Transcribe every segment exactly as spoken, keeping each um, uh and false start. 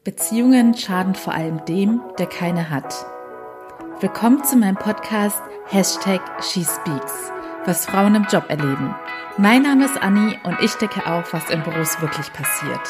Beziehungen schaden vor allem dem, der keine hat. Willkommen zu meinem Podcast Hashtag SheSpeaks, was Frauen im Job erleben. Mein Name ist Anni und ich decke auf, was in Büros wirklich passiert.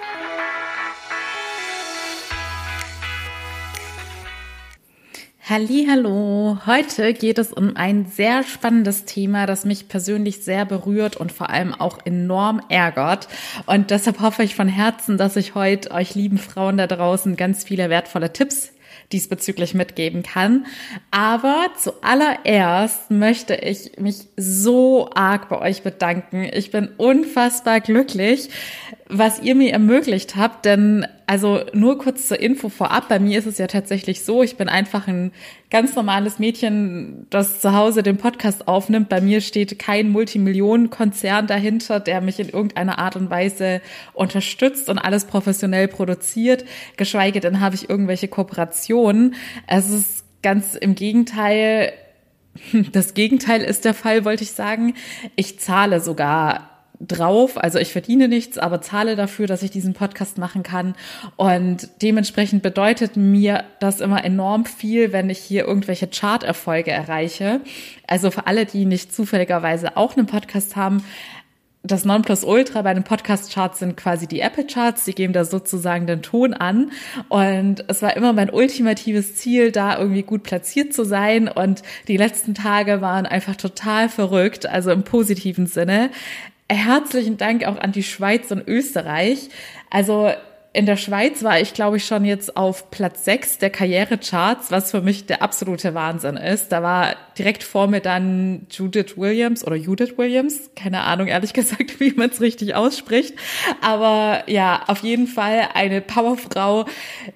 Hallihallo, heute geht es um ein sehr spannendes Thema, das mich persönlich sehr berührt und vor allem auch enorm ärgert. Und deshalb hoffe ich von Herzen, dass ich heute euch lieben Frauen da draußen ganz viele wertvolle Tipps diesbezüglich mitgeben kann. Aber zuallererst möchte ich mich so arg bei euch bedanken. Ich bin unfassbar glücklich, was ihr mir ermöglicht habt, denn also nur kurz zur Info vorab, bei mir ist es ja tatsächlich so, ich bin einfach ein ganz normales Mädchen, das zu Hause den Podcast aufnimmt. Bei mir steht kein Multimillionenkonzern dahinter, der mich in irgendeiner Art und Weise unterstützt und alles professionell produziert, geschweige denn habe ich irgendwelche Kooperationen. Es ist ganz im Gegenteil, das Gegenteil ist der Fall, wollte ich sagen. Ich zahle sogar drauf, also ich verdiene nichts, aber zahle dafür, dass ich diesen Podcast machen kann, und dementsprechend bedeutet mir das immer enorm viel, wenn ich hier irgendwelche Chart-Erfolge erreiche. Also für alle, die nicht zufälligerweise auch einen Podcast haben, das Nonplusultra bei den Podcast-Charts sind quasi die Apple-Charts, die geben da sozusagen den Ton an, und es war immer mein ultimatives Ziel, da irgendwie gut platziert zu sein, und die letzten Tage waren einfach total verrückt, also im positiven Sinne. Herzlichen Dank auch an die Schweiz und Österreich. Also in der Schweiz war ich, glaube ich, schon jetzt auf Platz sechs der Karrierecharts, was für mich der absolute Wahnsinn ist. Da war direkt vor mir dann Judith Williams oder Judith Williams, keine Ahnung, ehrlich gesagt, wie man es richtig ausspricht. Aber ja, auf jeden Fall eine Powerfrau,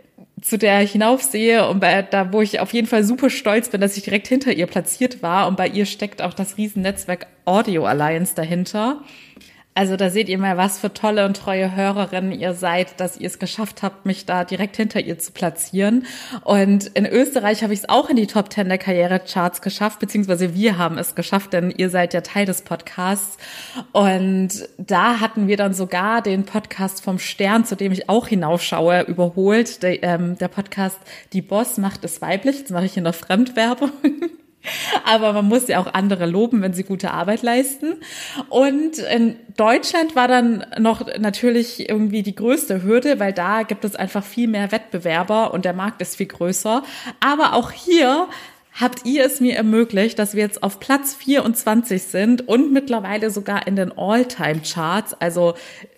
zu der ich hinaufsehe und bei, da, wo ich auf jeden Fall super stolz bin, dass ich direkt hinter ihr platziert war, und bei ihr steckt auch das Riesennetzwerk Audio Alliance dahinter. Also da seht ihr mal, was für tolle und treue Hörerinnen ihr seid, dass ihr es geschafft habt, mich da direkt hinter ihr zu platzieren. Und in Österreich habe ich es auch in die Top zehn der Karrierecharts geschafft, beziehungsweise wir haben es geschafft, denn ihr seid ja Teil des Podcasts. Und da hatten wir dann sogar den Podcast vom Stern, zu dem ich auch hinaufschaue, überholt. Der, ähm, der Podcast Die Boss macht es weiblich. Jetzt mache ich hier noch Fremdwerbung. Aber man muss ja auch andere loben, wenn sie gute Arbeit leisten. Und in Deutschland war dann noch natürlich irgendwie die größte Hürde, weil da gibt es einfach viel mehr Wettbewerber und der Markt ist viel größer. Aber auch hier habt ihr es mir ermöglicht, dass wir jetzt auf Platz vierundzwanzig sind und mittlerweile sogar in den All-Time-Charts, also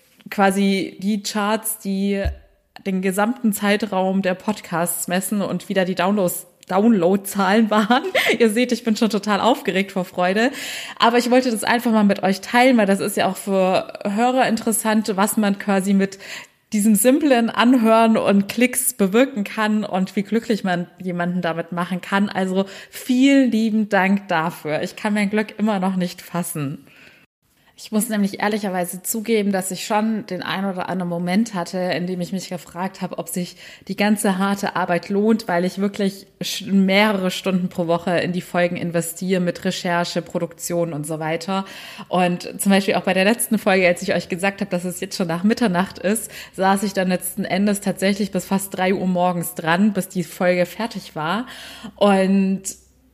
quasi die Charts, die den gesamten Zeitraum der Podcasts messen und wieder die Downloads Downloadzahlen waren. Ihr seht, ich bin schon total aufgeregt vor Freude. Aber ich wollte das einfach mal mit euch teilen, weil das ist ja auch für Hörer interessant, was man quasi mit diesem simplen Anhören und Klicks bewirken kann und wie glücklich man jemanden damit machen kann. Also vielen lieben Dank dafür. Ich kann mein Glück immer noch nicht fassen. Ich muss nämlich ehrlicherweise zugeben, dass ich schon den ein oder anderen Moment hatte, in dem ich mich gefragt habe, ob sich die ganze harte Arbeit lohnt, weil ich wirklich mehrere Stunden pro Woche in die Folgen investiere mit Recherche, Produktion und so weiter. Und zum Beispiel auch bei der letzten Folge, als ich euch gesagt habe, dass es jetzt schon nach Mitternacht ist, saß ich dann letzten Endes tatsächlich bis fast drei Uhr morgens dran, bis die Folge fertig war. Und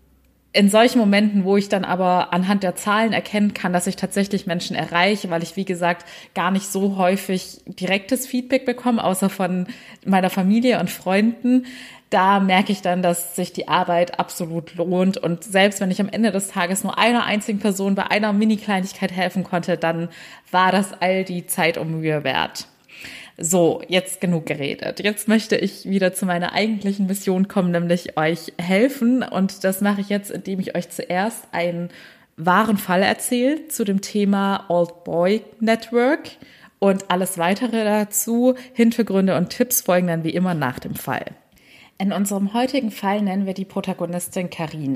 in solchen Momenten, wo ich dann aber anhand der Zahlen erkennen kann, dass ich tatsächlich Menschen erreiche, weil ich, wie gesagt, gar nicht so häufig direktes Feedback bekomme, außer von meiner Familie und Freunden, da merke ich dann, dass sich die Arbeit absolut lohnt. Und selbst wenn ich am Ende des Tages nur einer einzigen Person bei einer Mini-Kleinigkeit helfen konnte, dann war das all die Zeit und Mühe wert. So, jetzt genug geredet. Jetzt möchte ich wieder zu meiner eigentlichen Mission kommen, nämlich euch helfen. Und das mache ich jetzt, indem ich euch zuerst einen wahren Fall erzähle zu dem Thema Old Boy Network, und alles weitere dazu, Hintergründe und Tipps folgen dann wie immer nach dem Fall. In unserem heutigen Fall nennen wir die Protagonistin Carina.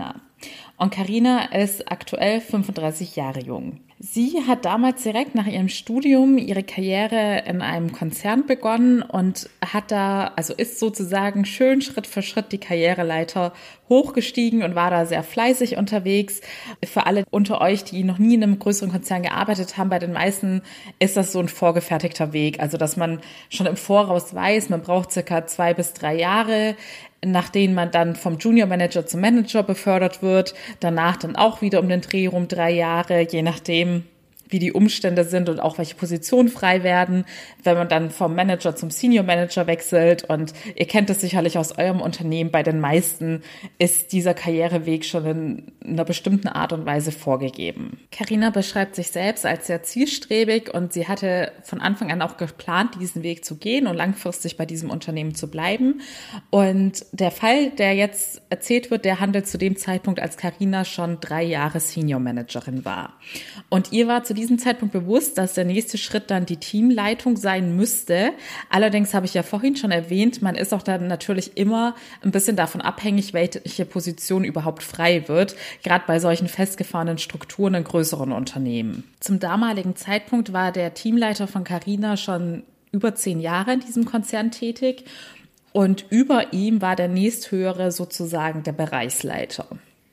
Und Carina ist aktuell fünfunddreißig Jahre jung. Sie hat damals direkt nach ihrem Studium ihre Karriere in einem Konzern begonnen und hat da, also ist sozusagen schön Schritt für Schritt die Karriereleiter hochgestiegen und war da sehr fleißig unterwegs. Für alle unter euch, die noch nie in einem größeren Konzern gearbeitet haben, bei den meisten ist das so ein vorgefertigter Weg. Also, dass man schon im Voraus weiß, man braucht circa zwei bis drei Jahre, nach denen man dann vom Junior Manager zum Manager befördert wird. Danach dann auch wieder um den Dreh rum drei Jahre, je nachdem, wie die Umstände sind und auch welche Positionen frei werden, wenn man dann vom Manager zum Senior Manager wechselt. Und ihr kennt es sicherlich aus eurem Unternehmen, bei den meisten ist dieser Karriereweg schon in einer bestimmten Art und Weise vorgegeben. Carina beschreibt sich selbst als sehr zielstrebig und sie hatte von Anfang an auch geplant, diesen Weg zu gehen und langfristig bei diesem Unternehmen zu bleiben. Und der Fall, der jetzt erzählt wird, der handelt zu dem Zeitpunkt, als Carina schon drei Jahre Senior Managerin war. Und ihr war zu diesem Zeitpunkt bewusst, dass der nächste Schritt dann die Teamleitung sein müsste. Allerdings habe ich ja vorhin schon erwähnt, man ist auch dann natürlich immer ein bisschen davon abhängig, welche Position überhaupt frei wird, gerade bei solchen festgefahrenen Strukturen in größeren Unternehmen. Zum damaligen Zeitpunkt war der Teamleiter von Carina schon über zehn Jahre in diesem Konzern tätig und über ihm war der nächsthöhere sozusagen der Bereichsleiter.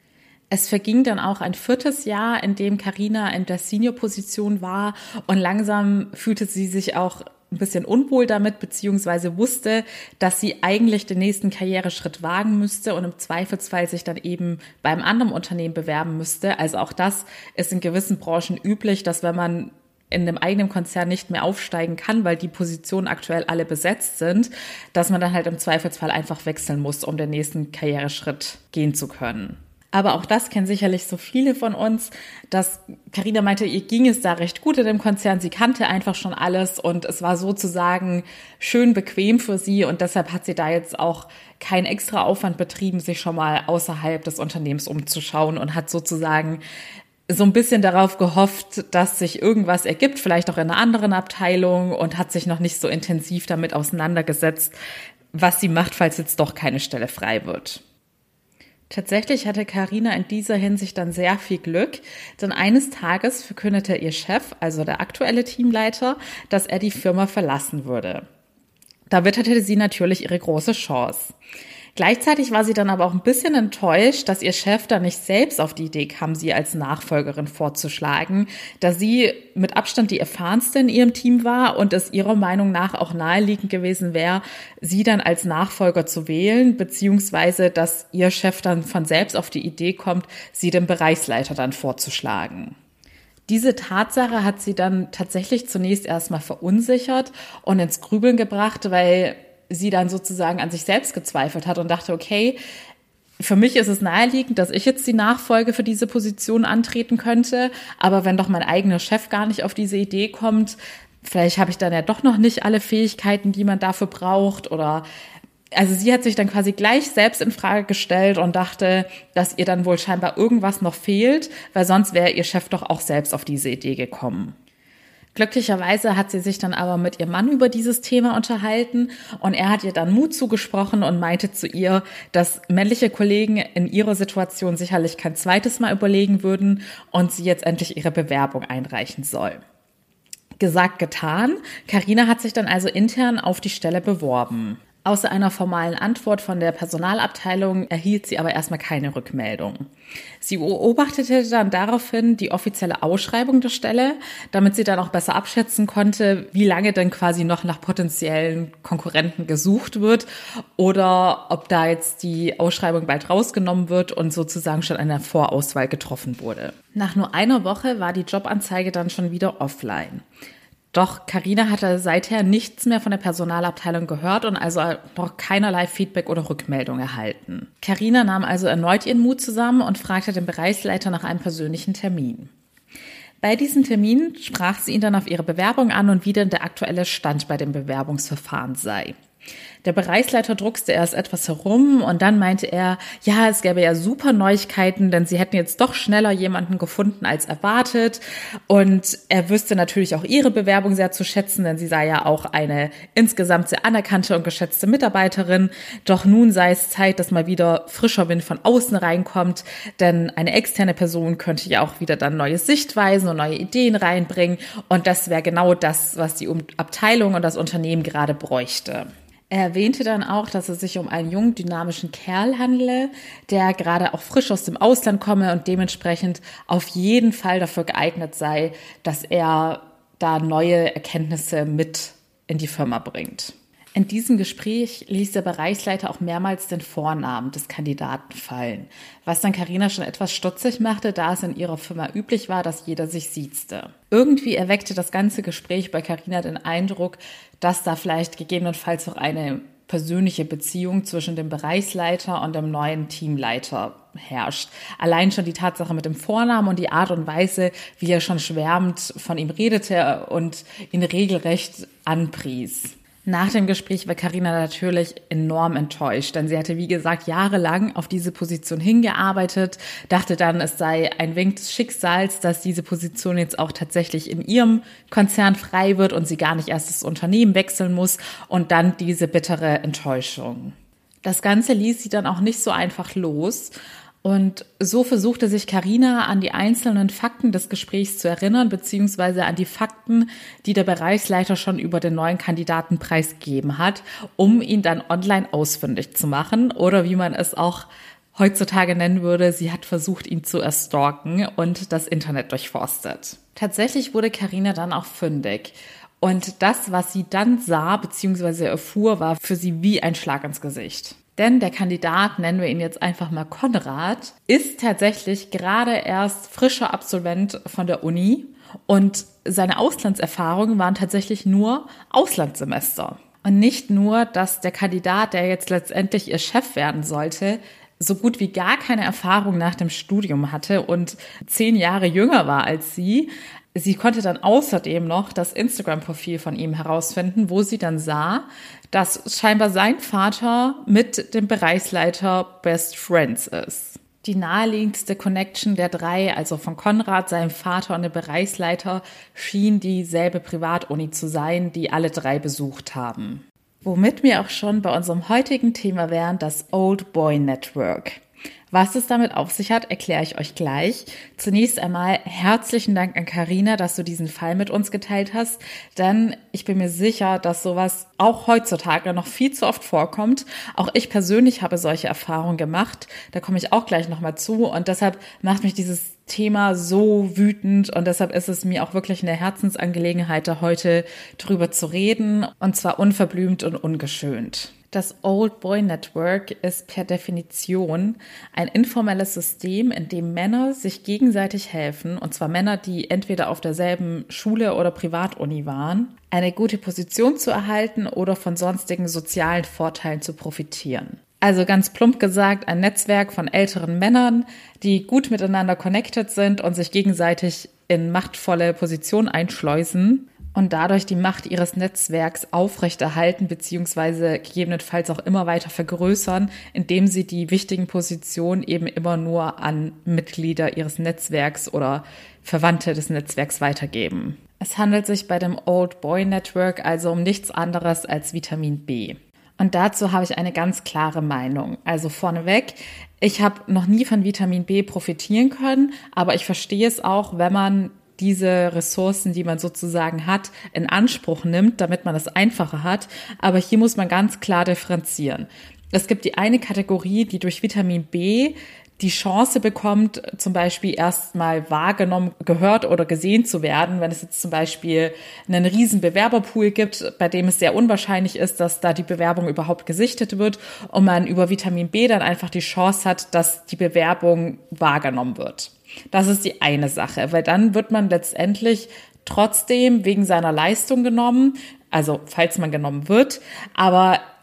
Es verging dann auch ein viertes Jahr, in dem Carina in der Senior-Position war und langsam fühlte sie sich auch ein bisschen unwohl damit, beziehungsweise wusste, dass sie eigentlich den nächsten Karriereschritt wagen müsste und im Zweifelsfall sich dann eben beim anderen Unternehmen bewerben müsste. Also auch das ist in gewissen Branchen üblich, dass wenn man in einem eigenen Konzern nicht mehr aufsteigen kann, weil die Positionen aktuell alle besetzt sind, dass man dann halt im Zweifelsfall einfach wechseln muss, um den nächsten Karriereschritt gehen zu können. Aber auch das kennen sicherlich so viele von uns, dass Carina meinte, ihr ging es da recht gut in dem Konzern. Sie kannte einfach schon alles und es war sozusagen schön bequem für sie und deshalb hat sie da jetzt auch keinen extra Aufwand betrieben, sich schon mal außerhalb des Unternehmens umzuschauen und hat sozusagen so ein bisschen darauf gehofft, dass sich irgendwas ergibt, vielleicht auch in einer anderen Abteilung und hat sich noch nicht so intensiv damit auseinandergesetzt, was sie macht, falls jetzt doch keine Stelle frei wird. Tatsächlich hatte Carina in dieser Hinsicht dann sehr viel Glück, denn eines Tages verkündete ihr Chef, also der aktuelle Teamleiter, dass er die Firma verlassen würde. Da witterte sie natürlich ihre große Chance. Gleichzeitig war sie dann aber auch ein bisschen enttäuscht, dass ihr Chef da nicht selbst auf die Idee kam, sie als Nachfolgerin vorzuschlagen, da sie mit Abstand die erfahrenste in ihrem Team war und es ihrer Meinung nach auch naheliegend gewesen wäre, sie dann als Nachfolger zu wählen, beziehungsweise dass ihr Chef dann von selbst auf die Idee kommt, sie dem Bereichsleiter dann vorzuschlagen. Diese Tatsache hat sie dann tatsächlich zunächst erstmal verunsichert und ins Grübeln gebracht, weil sie dann sozusagen an sich selbst gezweifelt hat und dachte, okay, für mich ist es naheliegend, dass ich jetzt die Nachfolge für diese Position antreten könnte, aber wenn doch mein eigener Chef gar nicht auf diese Idee kommt, vielleicht habe ich dann ja doch noch nicht alle Fähigkeiten, die man dafür braucht oder also sie hat sich dann quasi gleich selbst in Frage gestellt und dachte, dass ihr dann wohl scheinbar irgendwas noch fehlt, weil sonst wäre ihr Chef doch auch selbst auf diese Idee gekommen. Glücklicherweise hat sie sich dann aber mit ihrem Mann über dieses Thema unterhalten und er hat ihr dann Mut zugesprochen und meinte zu ihr, dass männliche Kollegen in ihrer Situation sicherlich kein zweites Mal überlegen würden und sie jetzt endlich ihre Bewerbung einreichen soll. Gesagt, getan. Carina hat sich dann also intern auf die Stelle beworben. Außer einer formalen Antwort von der Personalabteilung erhielt sie aber erstmal keine Rückmeldung. Sie beobachtete dann daraufhin die offizielle Ausschreibung der Stelle, damit sie dann auch besser abschätzen konnte, wie lange denn quasi noch nach potenziellen Konkurrenten gesucht wird oder ob da jetzt die Ausschreibung bald rausgenommen wird und sozusagen schon eine Vorauswahl getroffen wurde. Nach nur einer Woche war die Jobanzeige dann schon wieder offline. Doch Carina hatte seither nichts mehr von der Personalabteilung gehört und also noch keinerlei Feedback oder Rückmeldung erhalten. Carina nahm also erneut ihren Mut zusammen und fragte den Bereichsleiter nach einem persönlichen Termin. Bei diesem Termin sprach sie ihn dann auf ihre Bewerbung an und wie denn der aktuelle Stand bei dem Bewerbungsverfahren sei. Der Bereichsleiter druckste erst etwas herum und dann meinte er, ja, es gäbe ja super Neuigkeiten, denn sie hätten jetzt doch schneller jemanden gefunden als erwartet. Und er wüsste natürlich auch ihre Bewerbung sehr zu schätzen, denn sie sei ja auch eine insgesamt sehr anerkannte und geschätzte Mitarbeiterin. Doch nun sei es Zeit, dass mal wieder frischer Wind von außen reinkommt, denn eine externe Person könnte ja auch wieder dann neue Sichtweisen und neue Ideen reinbringen. Und das wäre genau das, was die Abteilung und das Unternehmen gerade bräuchte. Er erwähnte dann auch, dass es sich um einen jungen, dynamischen Kerl handele, der gerade auch frisch aus dem Ausland komme und dementsprechend auf jeden Fall dafür geeignet sei, dass er da neue Erkenntnisse mit in die Firma bringt. In diesem Gespräch ließ der Bereichsleiter auch mehrmals den Vornamen des Kandidaten fallen, was dann Carina schon etwas stutzig machte, da es in ihrer Firma üblich war, dass jeder sich siezte. Irgendwie erweckte das ganze Gespräch bei Carina den Eindruck, dass da vielleicht gegebenenfalls auch eine persönliche Beziehung zwischen dem Bereichsleiter und dem neuen Teamleiter herrscht. Allein schon die Tatsache mit dem Vornamen und die Art und Weise, wie er schon schwärmend von ihm redete und ihn regelrecht anpries. Nach dem Gespräch war Carina natürlich enorm enttäuscht, denn sie hatte, wie gesagt, jahrelang auf diese Position hingearbeitet, dachte dann, es sei ein Wink des Schicksals, dass diese Position jetzt auch tatsächlich in ihrem Konzern frei wird und sie gar nicht erst das Unternehmen wechseln muss und dann diese bittere Enttäuschung. Das Ganze ließ sie dann auch nicht so einfach los. Und so versuchte sich Carina an die einzelnen Fakten des Gesprächs zu erinnern, beziehungsweise an die Fakten, die der Bereichsleiter schon über den neuen Kandidaten preisgegeben hat, um ihn dann online ausfindig zu machen oder wie man es auch heutzutage nennen würde, sie hat versucht, ihn zu erstalken und das Internet durchforstet. Tatsächlich wurde Carina dann auch fündig. Und das, was sie dann sah bzw. erfuhr, war für sie wie ein Schlag ins Gesicht. Denn der Kandidat, nennen wir ihn jetzt einfach mal Konrad, ist tatsächlich gerade erst frischer Absolvent von der Uni und seine Auslandserfahrungen waren tatsächlich nur Auslandssemester. Und nicht nur, dass der Kandidat, der jetzt letztendlich ihr Chef werden sollte, so gut wie gar keine Erfahrung nach dem Studium hatte und zehn Jahre jünger war als sie. Sie konnte dann außerdem noch das Instagram-Profil von ihm herausfinden, wo sie dann sah, dass scheinbar sein Vater mit dem Bereichsleiter Best Friends ist. Die naheliegendste Connection der drei, also von Konrad, seinem Vater und dem Bereichsleiter, schien dieselbe Privatuni zu sein, die alle drei besucht haben. Womit wir auch schon bei unserem heutigen Thema wären, das Old Boy Network. Was es damit auf sich hat, erkläre ich euch gleich. Zunächst einmal herzlichen Dank an Carina, dass du diesen Fall mit uns geteilt hast, denn ich bin mir sicher, dass sowas auch heutzutage noch viel zu oft vorkommt. Auch ich persönlich habe solche Erfahrungen gemacht, da komme ich auch gleich nochmal zu und deshalb macht mich dieses Thema so wütend und deshalb ist es mir auch wirklich eine Herzensangelegenheit, da heute drüber zu reden und zwar unverblümt und ungeschönt. Das Old Boy Network ist per Definition ein informelles System, in dem Männer sich gegenseitig helfen, und zwar Männer, die entweder auf derselben Schule oder Privatuni waren, eine gute Position zu erhalten oder von sonstigen sozialen Vorteilen zu profitieren. Also ganz plump gesagt, ein Netzwerk von älteren Männern, die gut miteinander connected sind und sich gegenseitig in machtvolle Positionen einschleusen und dadurch die Macht ihres Netzwerks aufrechterhalten bzw. gegebenenfalls auch immer weiter vergrößern, indem sie die wichtigen Positionen eben immer nur an Mitglieder ihres Netzwerks oder Verwandte des Netzwerks weitergeben. Es handelt sich bei dem Old Boy Network also um nichts anderes als Vitamin B. Und dazu habe ich eine ganz klare Meinung. Also vorneweg, ich habe noch nie von Vitamin B profitieren können, aber ich verstehe es auch, wenn man diese Ressourcen, die man sozusagen hat, in Anspruch nimmt, damit man es einfacher hat. Aber hier muss man ganz klar differenzieren. Es gibt die eine Kategorie, die durch Vitamin B die Chance bekommt, zum Beispiel erstmal wahrgenommen, gehört oder gesehen zu werden, wenn es jetzt zum Beispiel einen riesen Bewerberpool gibt, bei dem es sehr unwahrscheinlich ist, dass da die Bewerbung überhaupt gesichtet wird und man über Vitamin B dann einfach die Chance hat, dass die Bewerbung wahrgenommen wird. Das ist die eine Sache, weil dann wird man letztendlich trotzdem wegen seiner Leistung genommen, also falls man genommen wird, aber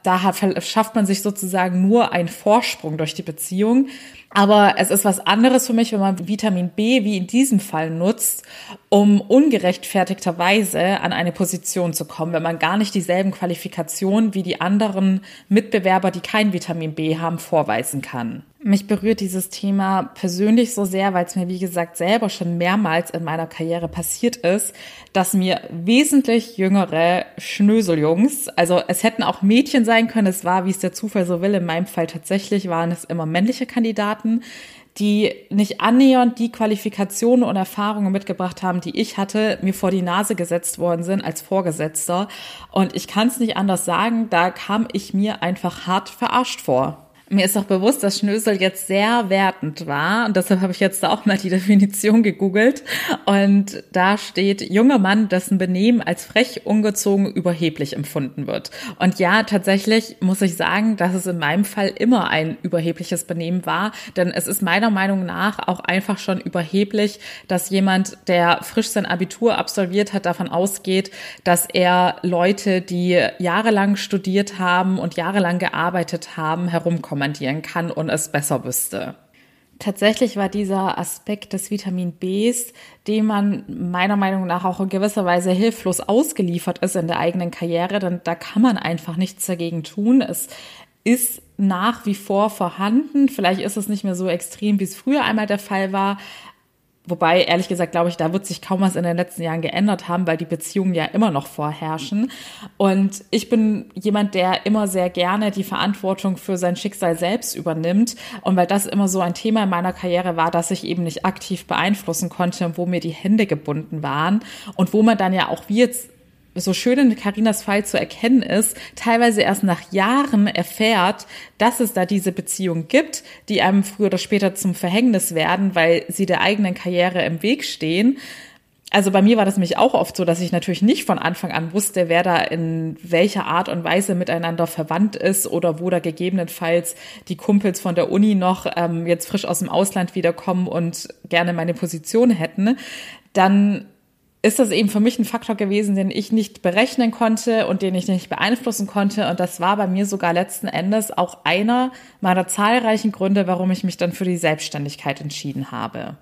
da hat, schafft man sich sozusagen nur einen Vorsprung durch die Beziehung. Aber es ist was anderes für mich, wenn man Vitamin B wie in diesem Fall nutzt, um ungerechtfertigterweise an eine Position zu kommen, wenn man gar nicht dieselben Qualifikationen wie die anderen Mitbewerber, die kein Vitamin B haben, vorweisen kann. Mich berührt dieses Thema persönlich so sehr, weil es mir, wie gesagt, selber schon mehrmals in meiner Karriere passiert ist, dass mir wesentlich jüngere Schnöseljungs, also es hätten auch Mädchen sein können, es war, wie es der Zufall so will, in meinem Fall tatsächlich waren es immer männliche Kandidaten, die nicht annähernd die Qualifikationen und Erfahrungen mitgebracht haben, die ich hatte, mir vor die Nase gesetzt worden sind als Vorgesetzter. Und ich kann es nicht anders sagen, da kam ich mir einfach hart verarscht vor. Mir ist auch bewusst, dass Schnösel jetzt sehr wertend war und deshalb habe ich jetzt auch mal die Definition gegoogelt und da steht junger Mann, dessen Benehmen als frech, ungezogen, überheblich empfunden wird. Und ja, tatsächlich muss ich sagen, dass es in meinem Fall immer ein überhebliches Benehmen war, denn es ist meiner Meinung nach auch einfach schon überheblich, dass jemand, der frisch sein Abitur absolviert hat, davon ausgeht, dass er Leute, die jahrelang studiert haben und jahrelang gearbeitet haben, herumkommen kann und es besser wüsste. Tatsächlich war dieser Aspekt des Vitamin Bs, dem man meiner Meinung nach auch in gewisser Weise hilflos ausgeliefert ist in der eigenen Karriere, denn da kann man einfach nichts dagegen tun. Es ist nach wie vor vorhanden. Vielleicht ist es nicht mehr so extrem, wie es früher einmal der Fall war. Wobei, ehrlich gesagt, glaube ich, da wird sich kaum was in den letzten Jahren geändert haben, weil die Beziehungen ja immer noch vorherrschen. Und ich bin jemand, der immer sehr gerne die Verantwortung für sein Schicksal selbst übernimmt. Und weil das immer so ein Thema in meiner Karriere war, dass ich eben nicht aktiv beeinflussen konnte und wo mir die Hände gebunden waren und wo man dann ja auch wie jetzt so schön in Carinas Fall zu erkennen ist, teilweise erst nach Jahren erfährt, dass es da diese Beziehung gibt, die einem früher oder später zum Verhängnis werden, weil sie der eigenen Karriere im Weg stehen. Also bei mir war das nämlich auch oft so, dass ich natürlich nicht von Anfang an wusste, wer da in welcher Art und Weise miteinander verwandt ist oder wo da gegebenenfalls die Kumpels von der Uni noch ähm, jetzt frisch aus dem Ausland wiederkommen und gerne meine Position hätten. Dann ist das eben für mich ein Faktor gewesen, den ich nicht berechnen konnte und den ich nicht beeinflussen konnte. Und das war bei mir sogar letzten Endes auch einer meiner zahlreichen Gründe, warum ich mich dann für die Selbstständigkeit entschieden habe.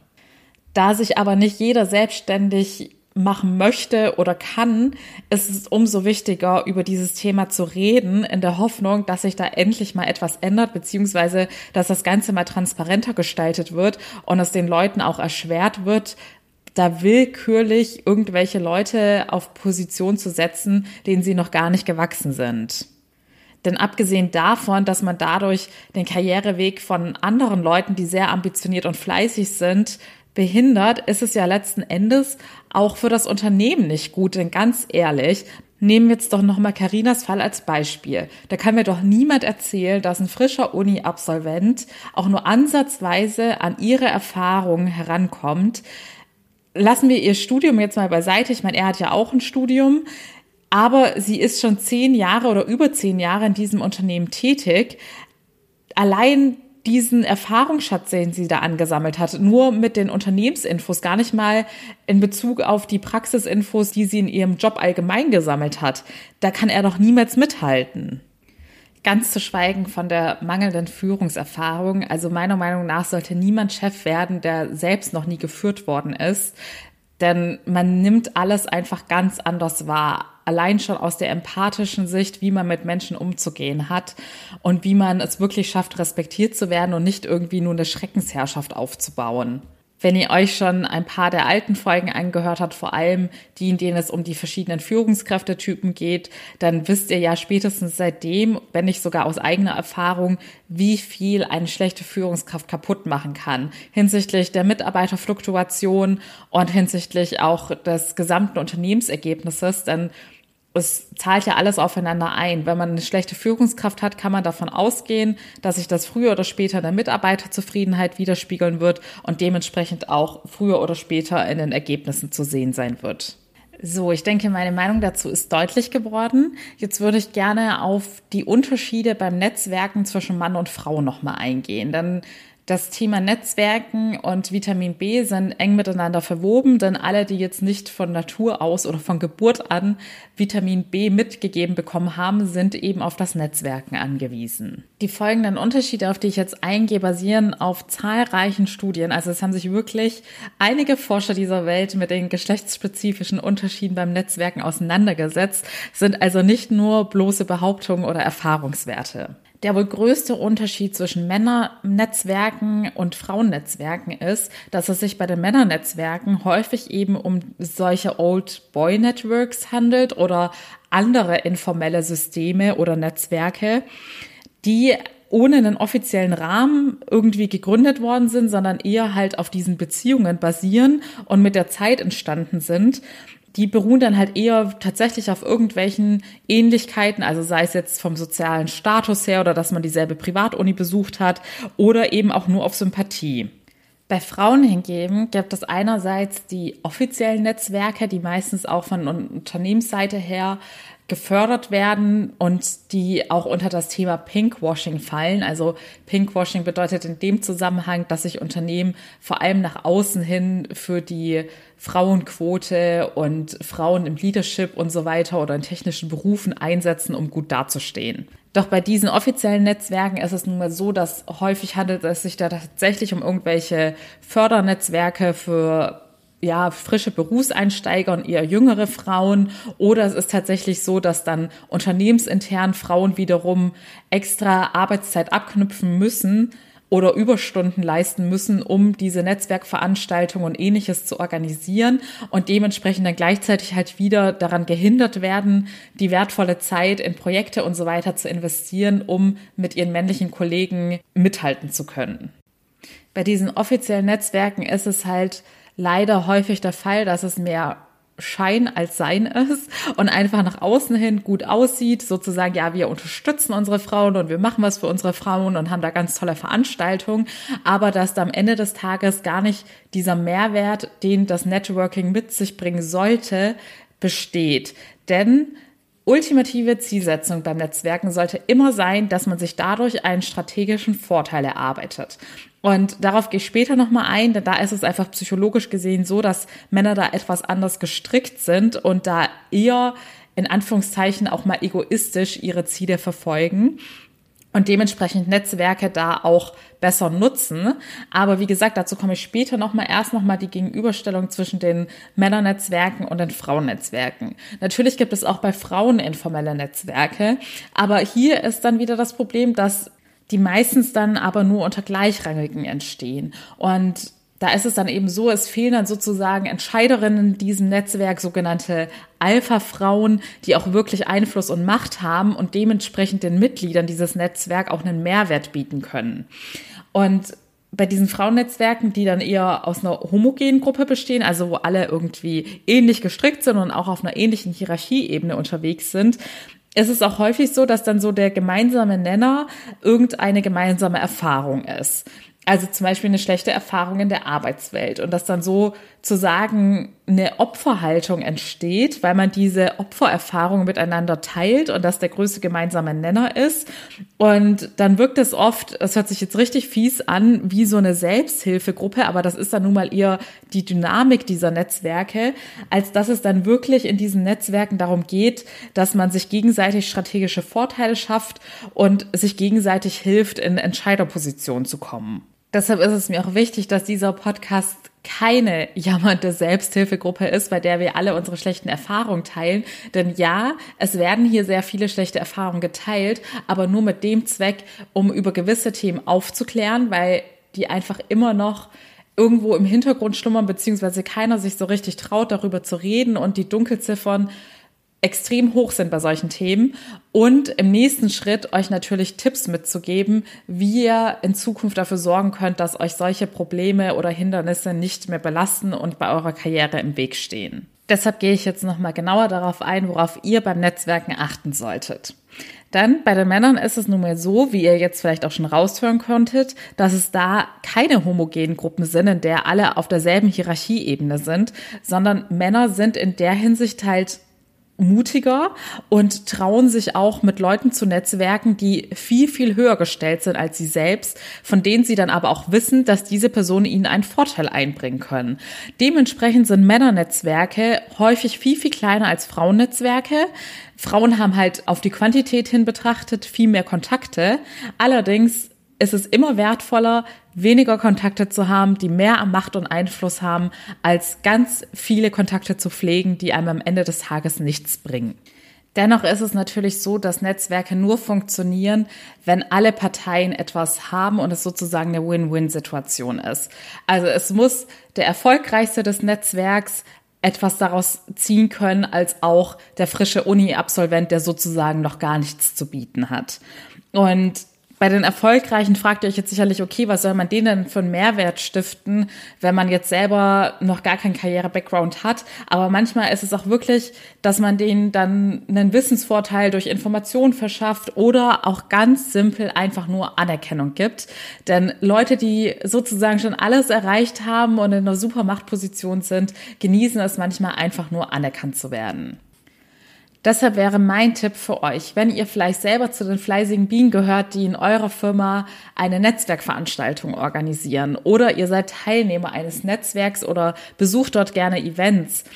Da sich aber nicht jeder selbstständig machen möchte oder kann, ist es umso wichtiger, über dieses Thema zu reden, in der Hoffnung, dass sich da endlich mal etwas ändert, beziehungsweise dass das Ganze mal transparenter gestaltet wird und es den Leuten auch erschwert wird, da willkürlich irgendwelche Leute auf Position zu setzen, denen sie noch gar nicht gewachsen sind. Denn abgesehen davon, dass man dadurch den Karriereweg von anderen Leuten, die sehr ambitioniert und fleißig sind, behindert, ist es ja letzten Endes auch für das Unternehmen nicht gut. Denn ganz ehrlich, nehmen wir jetzt doch nochmal Carinas Fall als Beispiel. Da kann mir doch niemand erzählen, dass ein frischer Uni-Absolvent auch nur ansatzweise an ihre Erfahrungen herankommt. Lassen wir ihr Studium jetzt mal beiseite. Ich meine, er hat ja auch ein Studium, aber sie ist schon zehn Jahre oder über zehn Jahre in diesem Unternehmen tätig. Allein diesen Erfahrungsschatz, den sie da angesammelt hat, nur mit den Unternehmensinfos, gar nicht mal in Bezug auf die Praxisinfos, die sie in ihrem Job allgemein gesammelt hat, da kann er doch niemals mithalten. Ganz zu schweigen von der mangelnden Führungserfahrung. Also meiner Meinung nach sollte niemand Chef werden, der selbst noch nie geführt worden ist. Denn man nimmt alles einfach ganz anders wahr. Allein schon aus der empathischen Sicht, wie man mit Menschen umzugehen hat und wie man es wirklich schafft, respektiert zu werden und nicht irgendwie nur eine Schreckensherrschaft aufzubauen. Wenn ihr euch schon ein paar der alten Folgen angehört habt, vor allem die, in denen es um die verschiedenen Führungskräftetypen geht, dann wisst ihr ja spätestens seitdem, wenn nicht sogar aus eigener Erfahrung, wie viel eine schlechte Führungskraft kaputt machen kann. Hinsichtlich der Mitarbeiterfluktuation und hinsichtlich auch des gesamten Unternehmensergebnisses, denn es zahlt ja alles aufeinander ein. Wenn man eine schlechte Führungskraft hat, kann man davon ausgehen, dass sich das früher oder später in der Mitarbeiterzufriedenheit widerspiegeln wird und dementsprechend auch früher oder später in den Ergebnissen zu sehen sein wird. So, ich denke, meine Meinung dazu ist deutlich geworden. Jetzt würde ich gerne auf die Unterschiede beim Netzwerken zwischen Mann und Frau nochmal eingehen. Denn Das Thema Netzwerken und Vitamin B sind eng miteinander verwoben, denn alle, die jetzt nicht von Natur aus oder von Geburt an Vitamin B mitgegeben bekommen haben, sind eben auf das Netzwerken angewiesen. Die folgenden Unterschiede, auf die ich jetzt eingehe, basieren auf zahlreichen Studien. Also es haben sich wirklich einige Forscher dieser Welt mit den geschlechtsspezifischen Unterschieden beim Netzwerken auseinandergesetzt, sind also nicht nur bloße Behauptungen oder Erfahrungswerte. Der wohl größte Unterschied zwischen Männernetzwerken und Frauennetzwerken ist, dass es sich bei den Männernetzwerken häufig eben um solche Old Boy Networks handelt oder andere informelle Systeme oder Netzwerke, die ohne einen offiziellen Rahmen irgendwie gegründet worden sind, sondern eher halt auf diesen Beziehungen basieren und mit der Zeit entstanden sind. Die beruhen dann halt eher tatsächlich auf irgendwelchen Ähnlichkeiten, also sei es jetzt vom sozialen Status her oder dass man dieselbe Privatuni besucht hat oder eben auch nur auf Sympathie. Bei Frauen hingegen gibt es einerseits die offiziellen Netzwerke, die meistens auch von Unternehmensseite her gefördert werden und die auch unter das Thema Pinkwashing fallen. Also Pinkwashing bedeutet in dem Zusammenhang, dass sich Unternehmen vor allem nach außen hin für die Frauenquote und Frauen im Leadership und so weiter oder in technischen Berufen einsetzen, um gut dazustehen. Doch bei diesen offiziellen Netzwerken ist es nun mal so, dass häufig handelt es sich da tatsächlich um irgendwelche Fördernetzwerke für ja, frische Berufseinsteiger und eher jüngere Frauen. Oder es ist tatsächlich so, dass dann unternehmensintern Frauen wiederum extra Arbeitszeit abknüpfen müssen oder Überstunden leisten müssen, um diese Netzwerkveranstaltungen und Ähnliches zu organisieren und dementsprechend dann gleichzeitig halt wieder daran gehindert werden, die wertvolle Zeit in Projekte und so weiter zu investieren, um mit ihren männlichen Kollegen mithalten zu können. Bei diesen offiziellen Netzwerken ist es halt leider häufig der Fall, dass es mehr Schein als Sein ist und einfach nach außen hin gut aussieht, sozusagen, ja, wir unterstützen unsere Frauen und wir machen was für unsere Frauen und haben da ganz tolle Veranstaltungen, aber dass da am Ende des Tages gar nicht dieser Mehrwert, den das Networking mit sich bringen sollte, besteht. Denn ultimative Zielsetzung beim Netzwerken sollte immer sein, dass man sich dadurch einen strategischen Vorteil erarbeitet. Und darauf gehe ich später nochmal ein, denn da ist es einfach psychologisch gesehen so, dass Männer da etwas anders gestrickt sind und da eher in Anführungszeichen auch mal egoistisch ihre Ziele verfolgen und dementsprechend Netzwerke da auch besser nutzen. Aber wie gesagt, dazu komme ich später nochmal. Erst nochmal die Gegenüberstellung zwischen den Männernetzwerken und den Frauennetzwerken. Natürlich gibt es auch bei Frauen informelle Netzwerke, aber hier ist dann wieder das Problem, dass die meistens dann aber nur unter Gleichrangigen entstehen. Und da ist es dann eben so, es fehlen dann sozusagen Entscheiderinnen in diesem Netzwerk, sogenannte Alpha-Frauen, die auch wirklich Einfluss und Macht haben und dementsprechend den Mitgliedern dieses Netzwerks auch einen Mehrwert bieten können. Und bei diesen Frauennetzwerken, die dann eher aus einer homogenen Gruppe bestehen, also wo alle irgendwie ähnlich gestrickt sind und auch auf einer ähnlichen Hierarchieebene unterwegs sind, es ist auch häufig so, dass dann so der gemeinsame Nenner irgendeine gemeinsame Erfahrung ist. Also zum Beispiel eine schlechte Erfahrung in der Arbeitswelt und dass dann sozusagen eine Opferhaltung entsteht, weil man diese Opfererfahrung miteinander teilt und das der größte gemeinsame Nenner ist. Und dann wirkt es oft, es hört sich jetzt richtig fies an, wie so eine Selbsthilfegruppe, aber das ist dann nun mal eher die Dynamik dieser Netzwerke, als dass es dann wirklich in diesen Netzwerken darum geht, dass man sich gegenseitig strategische Vorteile schafft und sich gegenseitig hilft, in Entscheiderpositionen zu kommen. Deshalb ist es mir auch wichtig, dass dieser Podcast keine jammernde Selbsthilfegruppe ist, bei der wir alle unsere schlechten Erfahrungen teilen. Denn ja, es werden hier sehr viele schlechte Erfahrungen geteilt, aber nur mit dem Zweck, um über gewisse Themen aufzuklären, weil die einfach immer noch irgendwo im Hintergrund schlummern, beziehungsweise keiner sich so richtig traut, darüber zu reden und die Dunkelziffern extrem hoch sind bei solchen Themen und im nächsten Schritt euch natürlich Tipps mitzugeben, wie ihr in Zukunft dafür sorgen könnt, dass euch solche Probleme oder Hindernisse nicht mehr belasten und bei eurer Karriere im Weg stehen. Deshalb gehe ich jetzt nochmal genauer darauf ein, worauf ihr beim Netzwerken achten solltet. Dann bei den Männern ist es nun mal so, wie ihr jetzt vielleicht auch schon raushören konntet, dass es da keine homogenen Gruppen sind, in der alle auf derselben Hierarchieebene sind, sondern Männer sind in der Hinsicht halt mutiger und trauen sich auch mit Leuten zu netzwerken, die viel, viel höher gestellt sind als sie selbst, von denen sie dann aber auch wissen, dass diese Personen ihnen einen Vorteil einbringen können. Dementsprechend sind Männernetzwerke häufig viel, viel kleiner als Frauennetzwerke. Frauen haben halt auf die Quantität hin betrachtet viel mehr Kontakte. Allerdings ist es immer wertvoller, weniger Kontakte zu haben, die mehr Macht und Einfluss haben, als ganz viele Kontakte zu pflegen, die einem am Ende des Tages nichts bringen. Dennoch ist es natürlich so, dass Netzwerke nur funktionieren, wenn alle Parteien etwas haben und es sozusagen eine Win-Win-Situation ist. Also es muss der Erfolgreichste des Netzwerks etwas daraus ziehen können, als auch der frische Uni-Absolvent, der sozusagen noch gar nichts zu bieten hat. Und bei den Erfolgreichen fragt ihr euch jetzt sicherlich, okay, was soll man denen für einen Mehrwert stiften, wenn man jetzt selber noch gar keinen Karriere-Background hat. Aber manchmal ist es auch wirklich, dass man denen dann einen Wissensvorteil durch Informationen verschafft oder auch ganz simpel einfach nur Anerkennung gibt. Denn Leute, die sozusagen schon alles erreicht haben und in einer super Machtposition sind, genießen es manchmal einfach nur anerkannt zu werden. Deshalb wäre mein Tipp für euch, wenn ihr vielleicht selber zu den fleißigen Bienen gehört, die in eurer Firma eine Netzwerkveranstaltung organisieren oder ihr seid Teilnehmer eines Netzwerks oder besucht dort gerne Events,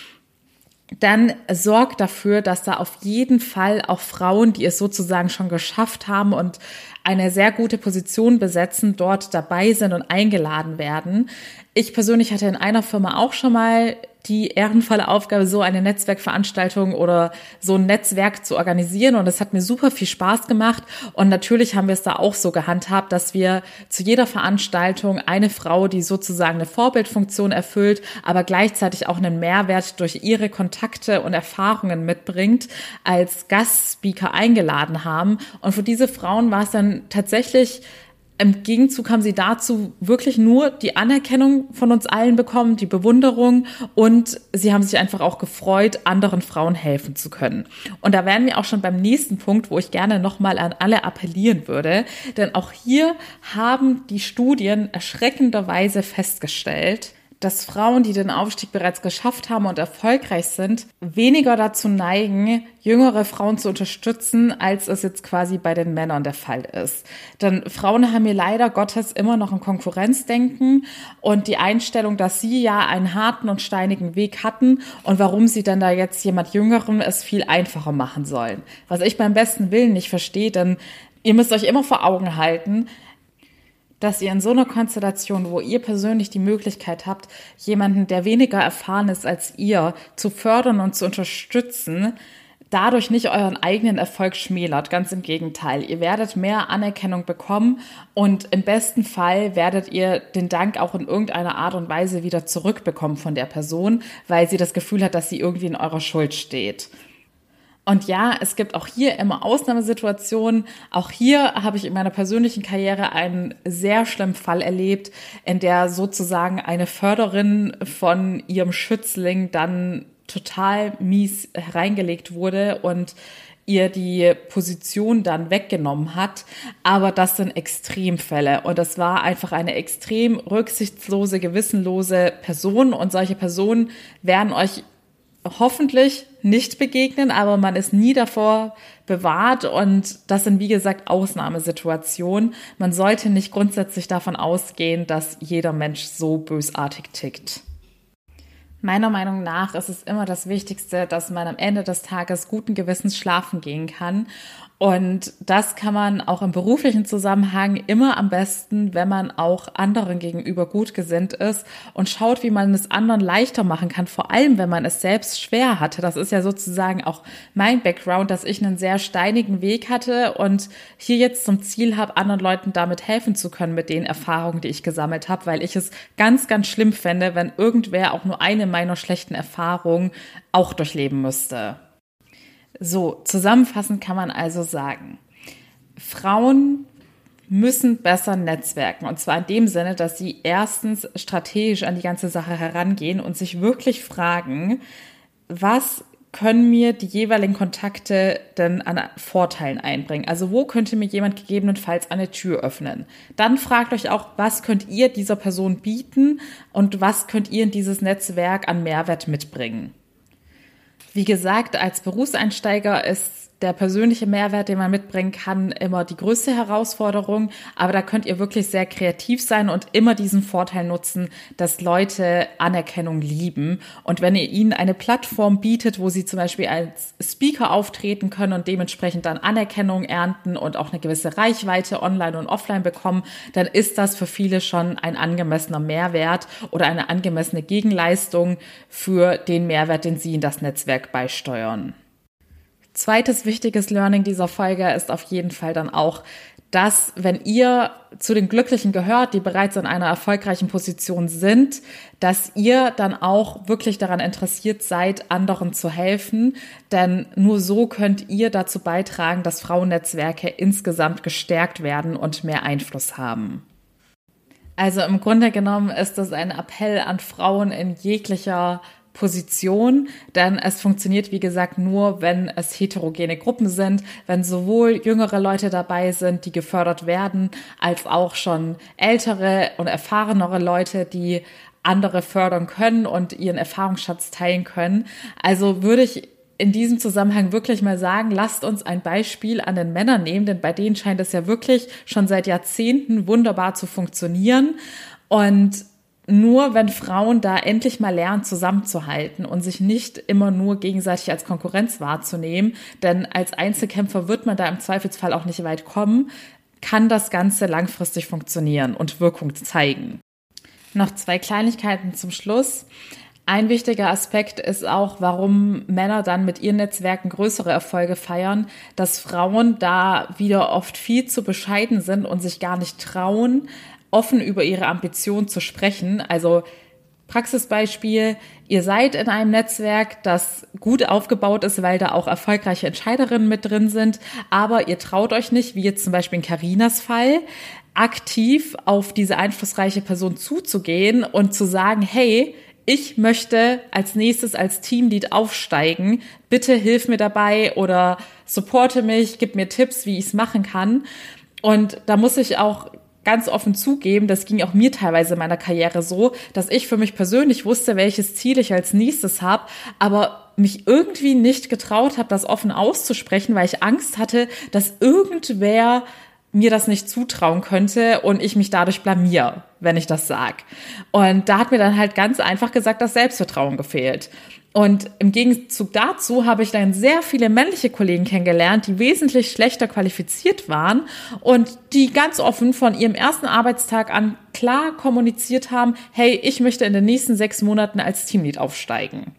dann sorgt dafür, dass da auf jeden Fall auch Frauen, die es sozusagen schon geschafft haben und eine sehr gute Position besetzen, dort dabei sind und eingeladen werden. Ich persönlich hatte in einer Firma auch schon mal die ehrenvolle Aufgabe, so eine Netzwerkveranstaltung oder so ein Netzwerk zu organisieren. Und es hat mir super viel Spaß gemacht. Und natürlich haben wir es da auch so gehandhabt, dass wir zu jeder Veranstaltung eine Frau, die sozusagen eine Vorbildfunktion erfüllt, aber gleichzeitig auch einen Mehrwert durch ihre Kontakte und Erfahrungen mitbringt, als Gastspeaker eingeladen haben. Und für diese Frauen war es dann tatsächlich, im Gegenzug haben sie dazu wirklich nur die Anerkennung von uns allen bekommen, die Bewunderung, und sie haben sich einfach auch gefreut, anderen Frauen helfen zu können. Und da wären wir auch schon beim nächsten Punkt, wo ich gerne nochmal an alle appellieren würde, denn auch hier haben die Studien erschreckenderweise festgestellt, dass Frauen, die den Aufstieg bereits geschafft haben und erfolgreich sind, weniger dazu neigen, jüngere Frauen zu unterstützen, als es jetzt quasi bei den Männern der Fall ist. Denn Frauen haben hier leider Gottes immer noch ein Konkurrenzdenken und die Einstellung, dass sie ja einen harten und steinigen Weg hatten und warum sie dann da jetzt jemand Jüngerem es viel einfacher machen sollen. Was ich beim besten Willen nicht verstehe, denn ihr müsst euch immer vor Augen halten, dass ihr in so einer Konstellation, wo ihr persönlich die Möglichkeit habt, jemanden, der weniger erfahren ist als ihr, zu fördern und zu unterstützen, dadurch nicht euren eigenen Erfolg schmälert. Ganz im Gegenteil. Ihr werdet mehr Anerkennung bekommen und im besten Fall werdet ihr den Dank auch in irgendeiner Art und Weise wieder zurückbekommen von der Person, weil sie das Gefühl hat, dass sie irgendwie in eurer Schuld steht. Und ja, es gibt auch hier immer Ausnahmesituationen. Auch hier habe ich in meiner persönlichen Karriere einen sehr schlimmen Fall erlebt, in der sozusagen eine Förderin von ihrem Schützling dann total mies hereingelegt wurde und ihr die Position dann weggenommen hat. Aber das sind Extremfälle und das war einfach eine extrem rücksichtslose, gewissenlose Person und solche Personen werden euch hoffentlich nicht begegnen, aber man ist nie davor bewahrt und das sind, wie gesagt, Ausnahmesituationen. Man sollte nicht grundsätzlich davon ausgehen, dass jeder Mensch so bösartig tickt. Meiner Meinung nach ist es immer das Wichtigste, dass man am Ende des Tages guten Gewissens schlafen gehen kann. Und das kann man auch im beruflichen Zusammenhang immer am besten, wenn man auch anderen gegenüber gut gesinnt ist und schaut, wie man es anderen leichter machen kann, vor allem wenn man es selbst schwer hatte. Das ist ja sozusagen auch mein Background, dass ich einen sehr steinigen Weg hatte und hier jetzt zum Ziel habe, anderen Leuten damit helfen zu können mit den Erfahrungen, die ich gesammelt habe, weil ich es ganz, ganz schlimm fände, wenn irgendwer auch nur eine meiner schlechten Erfahrungen auch durchleben müsste. So, zusammenfassend kann man also sagen, Frauen müssen besser netzwerken. Und zwar in dem Sinne, dass sie erstens strategisch an die ganze Sache herangehen und sich wirklich fragen, was können mir die jeweiligen Kontakte denn an Vorteilen einbringen? Also wo könnte mir jemand gegebenenfalls eine Tür öffnen? Dann fragt euch auch, was könnt ihr dieser Person bieten und was könnt ihr in dieses Netzwerk an Mehrwert mitbringen? Wie gesagt, als Berufseinsteiger ist der persönliche Mehrwert, den man mitbringen kann, immer die größte Herausforderung. Aber da könnt ihr wirklich sehr kreativ sein und immer diesen Vorteil nutzen, dass Leute Anerkennung lieben. Und wenn ihr ihnen eine Plattform bietet, wo sie zum Beispiel als Speaker auftreten können und dementsprechend dann Anerkennung ernten und auch eine gewisse Reichweite online und offline bekommen, dann ist das für viele schon ein angemessener Mehrwert oder eine angemessene Gegenleistung für den Mehrwert, den sie in das Netzwerk beisteuern. Zweites wichtiges Learning dieser Folge ist auf jeden Fall dann auch, dass wenn ihr zu den Glücklichen gehört, die bereits in einer erfolgreichen Position sind, dass ihr dann auch wirklich daran interessiert seid, anderen zu helfen. Denn nur so könnt ihr dazu beitragen, dass Frauennetzwerke insgesamt gestärkt werden und mehr Einfluss haben. Also im Grunde genommen ist das ein Appell an Frauen in jeglicher Position, denn es funktioniert, wie gesagt, nur, wenn es heterogene Gruppen sind, wenn sowohl jüngere Leute dabei sind, die gefördert werden, als auch schon ältere und erfahrenere Leute, die andere fördern können und ihren Erfahrungsschatz teilen können. Also würde ich in diesem Zusammenhang wirklich mal sagen, lasst uns ein Beispiel an den Männern nehmen, denn bei denen scheint es ja wirklich schon seit Jahrzehnten wunderbar zu funktionieren. Und nur wenn Frauen da endlich mal lernen, zusammenzuhalten und sich nicht immer nur gegenseitig als Konkurrenz wahrzunehmen, denn als Einzelkämpfer wird man da im Zweifelsfall auch nicht weit kommen, kann das Ganze langfristig funktionieren und Wirkung zeigen. Noch zwei Kleinigkeiten zum Schluss. Ein wichtiger Aspekt ist auch, warum Männer dann mit ihren Netzwerken größere Erfolge feiern, dass Frauen da wieder oft viel zu bescheiden sind und sich gar nicht trauen, offen über ihre Ambitionen zu sprechen. Also Praxisbeispiel, ihr seid in einem Netzwerk, das gut aufgebaut ist, weil da auch erfolgreiche Entscheiderinnen mit drin sind, aber ihr traut euch nicht, wie jetzt zum Beispiel in Carinas Fall, aktiv auf diese einflussreiche Person zuzugehen und zu sagen, hey, ich möchte als nächstes als Teamlead aufsteigen, bitte hilf mir dabei oder supporte mich, gib mir Tipps, wie ich es machen kann. Und da muss ich auch ganz offen zugeben, das ging auch mir teilweise in meiner Karriere so, dass ich für mich persönlich wusste, welches Ziel ich als nächstes habe, aber mich irgendwie nicht getraut habe, das offen auszusprechen, weil ich Angst hatte, dass irgendwer mir das nicht zutrauen könnte und ich mich dadurch blamiere, wenn ich das sag. Und da hat mir dann halt ganz einfach gesagt, das Selbstvertrauen gefehlt. Und im Gegenzug dazu habe ich dann sehr viele männliche Kollegen kennengelernt, die wesentlich schlechter qualifiziert waren und die ganz offen von ihrem ersten Arbeitstag an klar kommuniziert haben, hey, ich möchte in den nächsten sechs Monaten als Teamlead aufsteigen.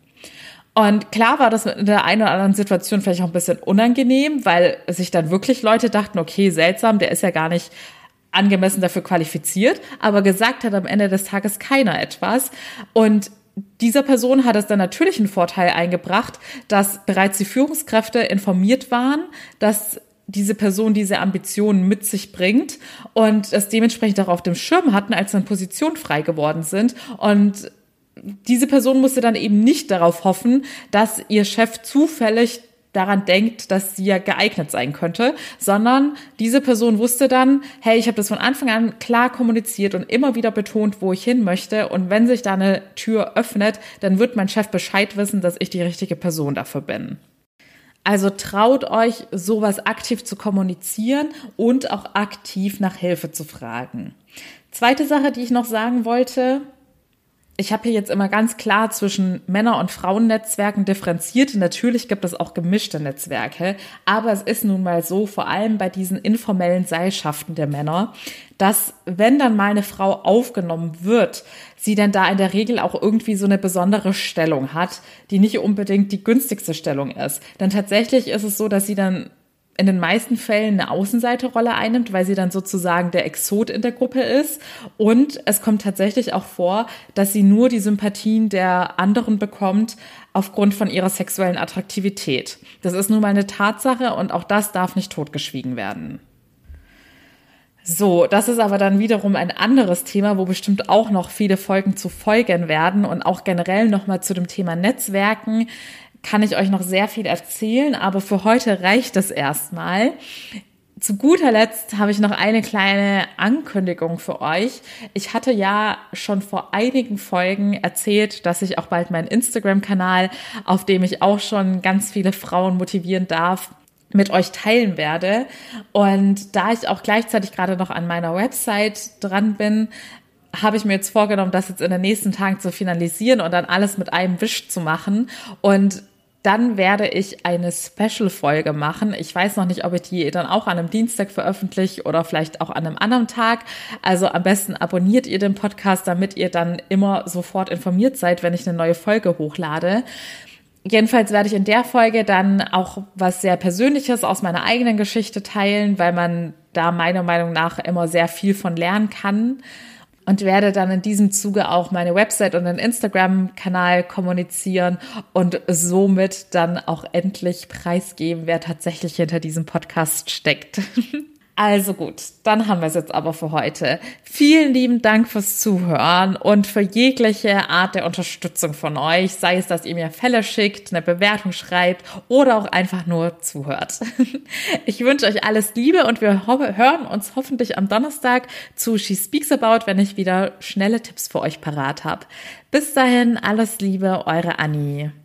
Und klar war das in der einen oder anderen Situation vielleicht auch ein bisschen unangenehm, weil sich dann wirklich Leute dachten, okay, seltsam, der ist ja gar nicht angemessen dafür qualifiziert, aber gesagt hat am Ende des Tages keiner etwas. Und dieser Person hat es dann natürlich einen Vorteil eingebracht, dass bereits die Führungskräfte informiert waren, dass diese Person diese Ambitionen mit sich bringt und es dementsprechend auch auf dem Schirm hatten, als dann Positionen frei geworden sind. Und diese Person musste dann eben nicht darauf hoffen, dass ihr Chef zufällig daran denkt, dass sie ja geeignet sein könnte, sondern diese Person wusste dann, hey, ich habe das von Anfang an klar kommuniziert und immer wieder betont, wo ich hin möchte. Und wenn sich da eine Tür öffnet, dann wird mein Chef Bescheid wissen, dass ich die richtige Person dafür bin. Also traut euch, sowas aktiv zu kommunizieren und auch aktiv nach Hilfe zu fragen. Zweite Sache, die ich noch sagen wollte: Ich habe hier jetzt immer ganz klar zwischen Männer- und Frauennetzwerken differenziert. Natürlich gibt es auch gemischte Netzwerke, aber es ist nun mal so, vor allem bei diesen informellen Seilschaften der Männer, dass wenn dann mal eine Frau aufgenommen wird, sie dann da in der Regel auch irgendwie so eine besondere Stellung hat, die nicht unbedingt die günstigste Stellung ist. Denn tatsächlich ist es so, dass sie dann in den meisten Fällen eine Außenseiterrolle einnimmt, weil sie dann sozusagen der Exot in der Gruppe ist. Und es kommt tatsächlich auch vor, dass sie nur die Sympathien der anderen bekommt aufgrund von ihrer sexuellen Attraktivität. Das ist nun mal eine Tatsache und auch das darf nicht totgeschwiegen werden. So, das ist aber dann wiederum ein anderes Thema, wo bestimmt auch noch viele Folgen zu folgen werden und auch generell nochmal zu dem Thema Netzwerken kann ich euch noch sehr viel erzählen, aber für heute reicht es erstmal. Zu guter Letzt habe ich noch eine kleine Ankündigung für euch. Ich hatte ja schon vor einigen Folgen erzählt, dass ich auch bald meinen Instagram-Kanal, auf dem ich auch schon ganz viele Frauen motivieren darf, mit euch teilen werde. Und da ich auch gleichzeitig gerade noch an meiner Website dran bin, habe ich mir jetzt vorgenommen, das jetzt in den nächsten Tagen zu finalisieren und dann alles mit einem Wisch zu machen. Und dann werde ich eine Special-Folge machen. Ich weiß noch nicht, ob ich die dann auch an einem Dienstag veröffentliche oder vielleicht auch an einem anderen Tag. Also am besten abonniert ihr den Podcast, damit ihr dann immer sofort informiert seid, wenn ich eine neue Folge hochlade. Jedenfalls werde ich in der Folge dann auch was sehr Persönliches aus meiner eigenen Geschichte teilen, weil man da meiner Meinung nach immer sehr viel von lernen kann. Und werde dann in diesem Zuge auch meine Website und den Instagram-Kanal kommunizieren und somit dann auch endlich preisgeben, wer tatsächlich hinter diesem Podcast steckt. Also gut, dann haben wir es jetzt aber für heute. Vielen lieben Dank fürs Zuhören und für jegliche Art der Unterstützung von euch, sei es, dass ihr mir Fälle schickt, eine Bewertung schreibt oder auch einfach nur zuhört. Ich wünsche euch alles Liebe und wir hören uns hoffentlich am Donnerstag zu She Speaks About, wenn ich wieder schnelle Tipps für euch parat habe. Bis dahin, alles Liebe, eure Anni.